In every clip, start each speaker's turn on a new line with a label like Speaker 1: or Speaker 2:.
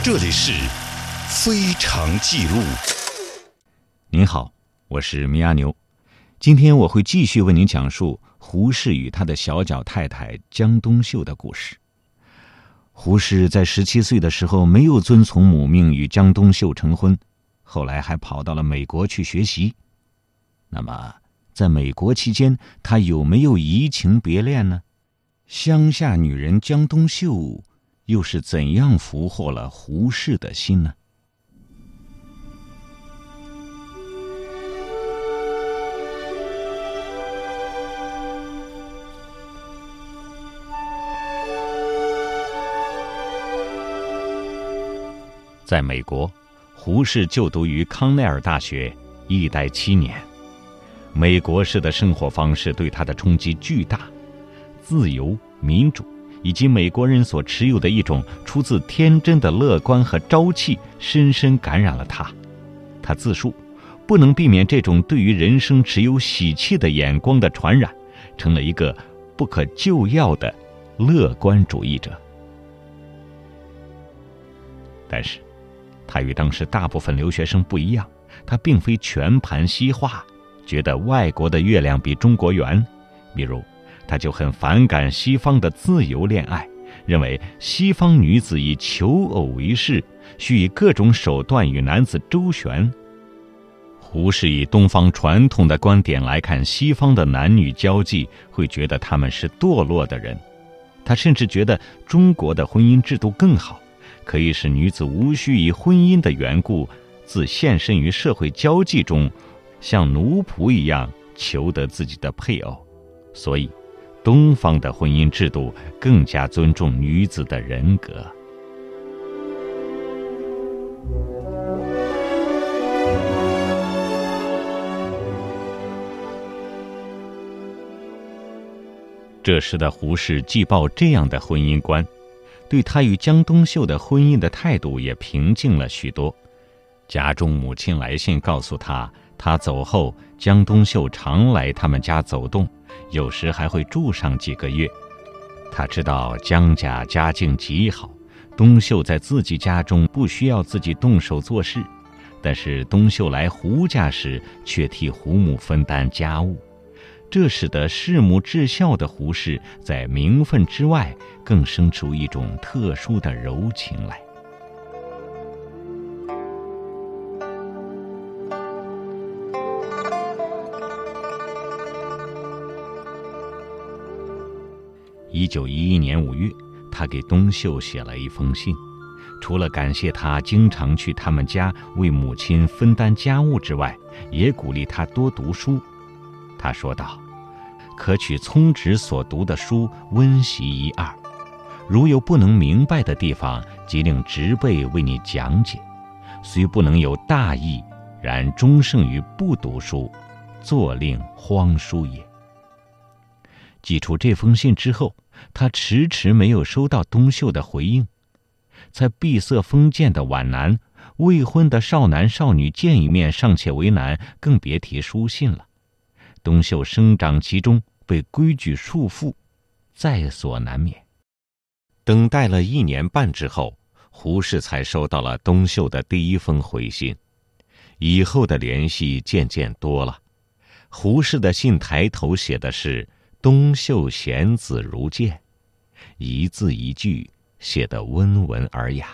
Speaker 1: 这里是非常记录。
Speaker 2: 您好，我是米阿牛。今天我会继续为您讲述胡适与他的小脚太太江冬秀的故事。胡适在17岁的时候没有遵从母命与江冬秀成婚，后来还跑到了美国去学习。那么在美国期间，他有没有移情别恋呢？乡下女人江冬秀又是怎样俘获了胡适的心呢？在美国，胡适就读于康奈尔大学，一待7年。美国式的生活方式对他的冲击巨大，自由、民主以及美国人所持有的一种出自天真的乐观和朝气，深深感染了他。他自述，不能避免这种对于人生持有喜气的眼光的传染，成了一个不可救药的乐观主义者。但是他与当时大部分留学生不一样，他并非全盘西化，觉得外国的月亮比中国圆。比如他就很反感西方的自由恋爱，认为西方女子以求偶为事，需以各种手段与男子周旋。胡适以东方传统的观点来看西方的男女交际，会觉得他们是堕落的人。他甚至觉得中国的婚姻制度更好，可以使女子无需以婚姻的缘故自献身于社会交际中，像奴仆一样求得自己的配偶。所以东方的婚姻制度更加尊重女子的人格。这时的胡适既抱这样的婚姻观，对他与江冬秀的婚姻的态度也平静了许多。家中母亲来信告诉他，他走后江冬秀常来他们家走动，有时还会住上几个月。他知道江家家境极好，冬秀在自己家中不需要自己动手做事，但是冬秀来胡家时却替胡母分担家务，这使得弑母至孝的胡适在名分之外更生出一种特殊的柔情来。1911年5月，他给冬秀写了一封信，除了感谢他经常去他们家为母亲分担家务之外，也鼓励他多读书。他说道：可取聪侄所读的书温习一二，如有不能明白的地方，即令侄辈为你讲解，虽不能有大义，然终胜于不读书，坐令荒书也。寄出这封信之后，他迟迟没有收到冬秀的回应。在闭塞封建的皖南，未婚的少男少女见一面尚且为难，更别提书信了。冬秀生长其中，被规矩束缚，在所难免。等待了1年半之后，胡适才收到了冬秀的第一封回信。以后的联系渐渐多了。胡适的信抬头写的是冬秀贤子如见，一字一句写得温文尔雅。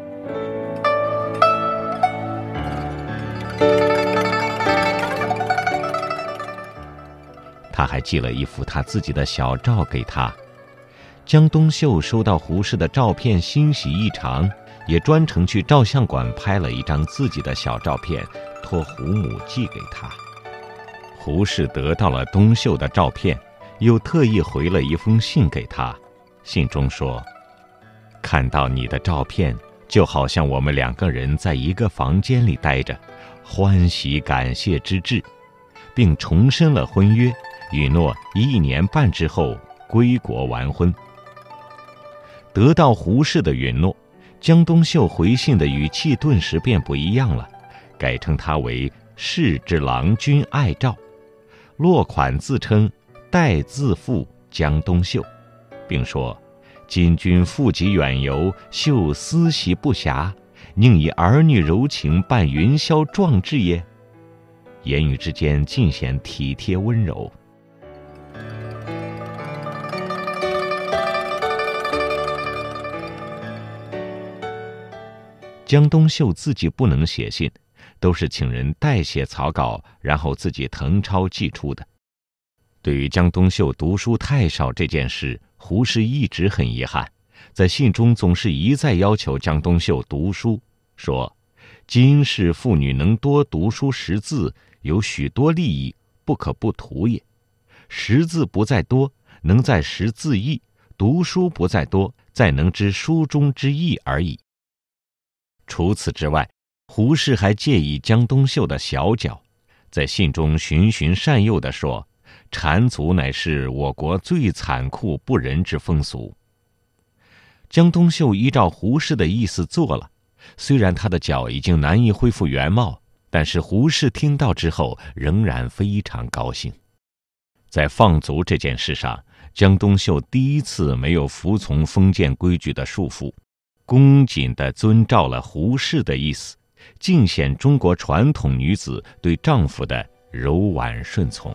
Speaker 2: 他还寄了一幅他自己的小照给他。江冬秀收到胡适的照片欣喜异常，也专程去照相馆拍了一张自己的小照片，托胡母寄给他。胡适得到了冬秀的照片，又特意回了一封信给他，信中说：看到你的照片，就好像我们2个人在一个房间里待着，欢喜感谢之至，并重申了婚约，允诺1年半之后归国完婚。得到胡适的允诺，江冬秀回信的语气顿时便不一样了，改称他为世之郎君爱照，落款自称代自负江冬秀，并说今君复及远游，秀丝席不暇，宁以儿女柔情伴云霄壮志也。言语之间尽显体贴温柔。江冬秀自己不能写信，都是请人代写草稿，然后自己誊抄寄出的。对于江冬秀读书太少这件事，胡适一直很遗憾，在信中总是一再要求江冬秀读书，说今世妇女能多读书识字，有许多利益，不可不图也。识字不在多，能在识字义；读书不在多，在能知书中之意而已。除此之外，胡适还介意江冬秀的小脚，在信中循循善诱地说，缠足乃是我国最残酷不仁之风俗。江冬秀依照胡适的意思做了，虽然他的脚已经难以恢复原貌，但是胡适听到之后仍然非常高兴。在放足这件事上，江冬秀第一次没有服从封建规矩的束缚，恭谨地遵照了胡适的意思，尽显中国传统女子对丈夫的柔婉顺从。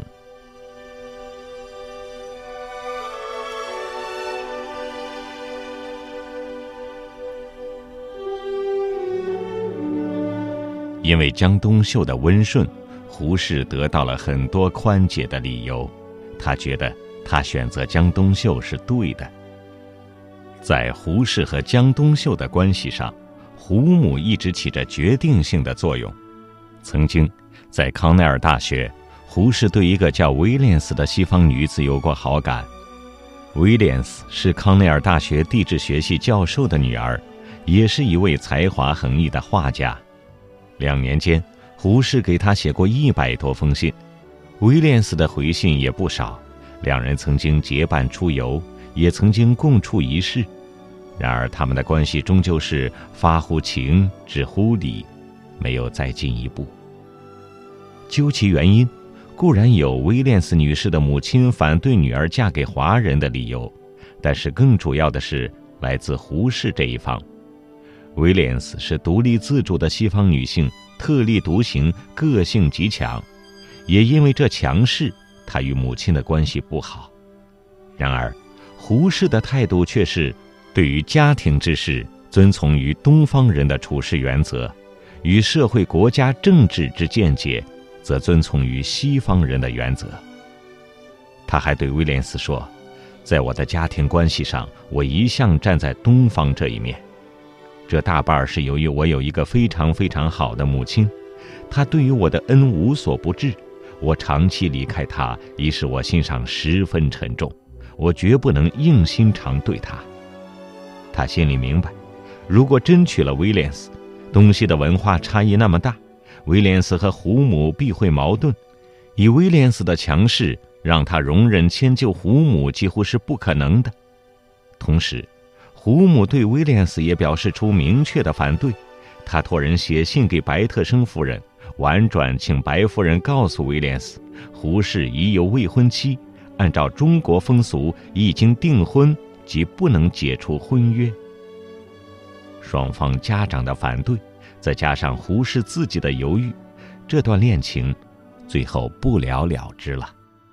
Speaker 2: 因为江冬秀的温顺，胡适得到了很多宽解的理由，他觉得他选择江冬秀是对的。在胡适和江冬秀的关系上，胡母一直起着决定性的作用。曾经在康奈尔大学，胡适对一个叫威廉斯的西方女子有过好感。威廉斯是康奈尔大学地质学系教授的女儿，也是一位才华横溢的画家。2年间，胡适给他写过100多封信，威廉斯的回信也不少。两人曾经结伴出游，也曾经共处一室。然而他们的关系终究是发乎情，止乎礼，没有再进一步。究其原因，固然有威廉斯女士的母亲反对女儿嫁给华人的理由，但是更主要的是来自胡适这一方。威廉斯是独立自主的西方女性，特立独行，个性极强，也因为这强势，她与母亲的关系不好。然而胡适的态度却是对于家庭之事遵从于东方人的处事原则，与社会国家政治之见解则遵从于西方人的原则。他还对威廉斯说，在我的家庭关系上，我一向站在东方这一面，这大半是由于我有一个非常非常好的母亲，她对于我的恩无所不至，我长期离开她已使我心上十分沉重，我绝不能硬心肠对她。他心里明白，如果真娶了威廉斯，东西的文化差异那么大，威廉斯和胡母必会矛盾，以威廉斯的强势，让他容忍迁就胡母几乎是不可能的。同时，胡母对威廉斯也表示出明确的反对，他托人写信给白特生夫人，婉转请白夫人告诉威廉斯，胡适已有未婚妻，按照中国风俗已经订婚，即不能解除婚约。双方家长的反对，再加上胡适自己的犹豫，这段恋情最后不了了之了。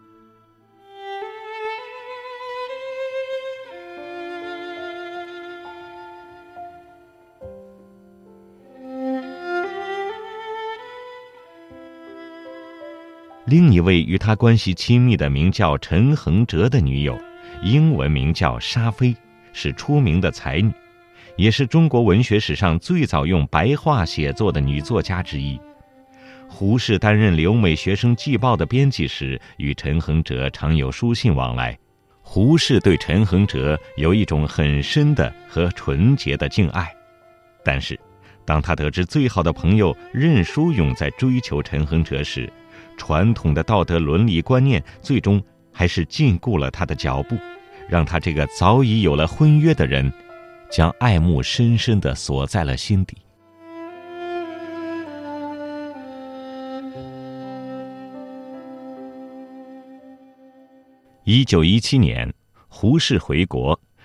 Speaker 2: 另一位与他关系亲密的名叫陈恒哲的女友，英文名叫沙菲，是出名的才女，也是中国文学史上最早用白话写作的女作家之一。胡适担任留美学生季报的编辑时，与陈恒哲常有书信往来。胡适对陈恒哲有一种很深的和纯洁的敬爱，但是当他得知最好的朋友任书勇在追求陈恒哲时，传统的道德伦理观念最终还是禁锢了他的脚步，让他这个早已有了婚约的人将爱慕深深地锁在了心底。1917年，胡适回国，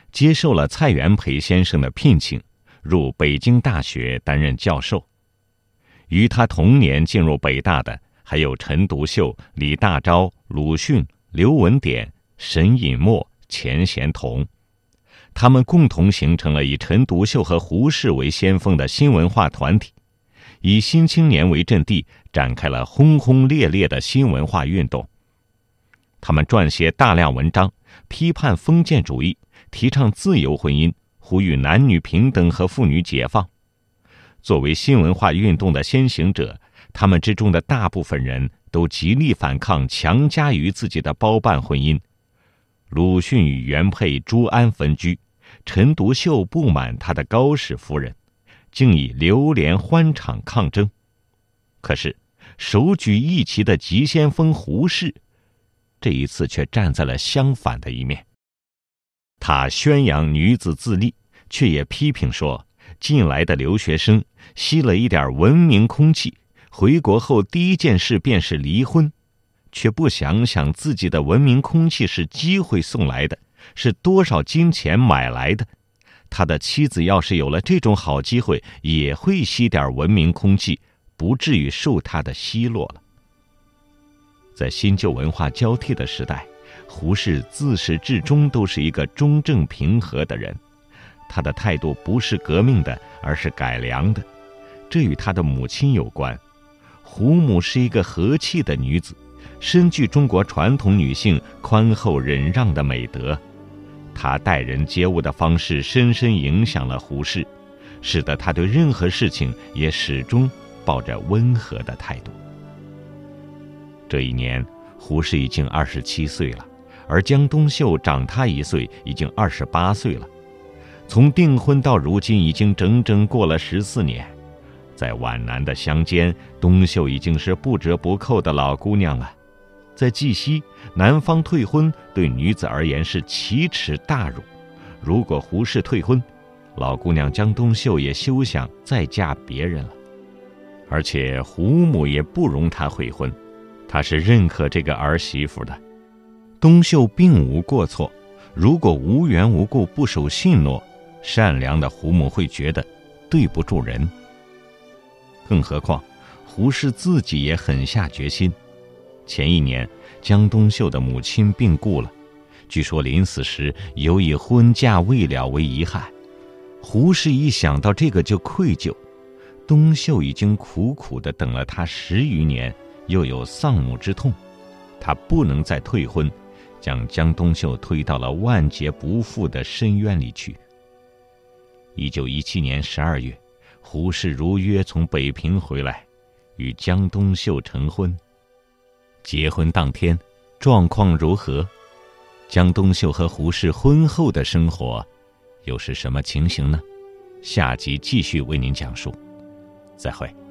Speaker 2: 接受了蔡元培先生的聘请，入北京大学担任教授。与他同年进入北大的还有陈独秀、李大钊、鲁迅、刘文典、沈尹默、钱玄同。他们共同形成了以陈独秀和胡适为先锋的新文化团体，以新青年为阵地，展开了轰轰烈烈的新文化运动。他们撰写大量文章，批判封建主义，提倡自由婚姻，呼吁男女平等和妇女解放。作为新文化运动的先行者，他们之中的大部分人都极力反抗强加于自己的包办婚姻。鲁迅与原配朱安分居，陈独秀不满他的高氏夫人，竟以流连欢场抗争。可是手举义旗的急先锋胡适，这一次却站在了相反的一面。他宣扬女子自立，却也批评说，进来的留学生吸了一点文明空气，回国后第一件事便是离婚，却不想想自己的文明空气是机会送来的，是多少金钱买来的。他的妻子要是有了这种好机会，也会吸点文明空气，不至于受他的奚落了。在新旧文化交替的时代，胡适自始至终都是一个中正平和的人。他的态度不是革命的，而是改良的。这与他的母亲有关。胡母是一个和气的女子，深具中国传统女性宽厚忍让的美德。她待人接物的方式深深影响了胡适，使得他对任何事情也始终抱着温和的态度。这一年，胡适已经27岁了，而江冬秀长他1岁，已经28岁了。从订婚到如今，已经整整过了14年。在皖南的乡间，冬秀已经是不折不扣的老姑娘了。在绩溪，男方退婚对女子而言是奇耻大辱。如果胡适退婚，老姑娘江冬秀也休想再嫁别人了。而且胡母也不容她悔婚，她是认可这个儿媳妇的。冬秀并无过错，如果无缘无故不守信诺，善良的胡母会觉得对不住人。更何况胡适自己也狠下决心。前一年，江冬秀的母亲病故了，据说临死时有以婚嫁未了为遗憾。胡适一想到这个就愧疚。冬秀已经苦苦地等了他10余年，又有丧母之痛，他不能再退婚，将江冬秀推到了万劫不复的深渊里去。1917年12月，胡适如约从北平回来，与江冬秀成婚。结婚当天，状况如何？江冬秀和胡适婚后的生活又是什么情形呢？下集继续为您讲述。再会。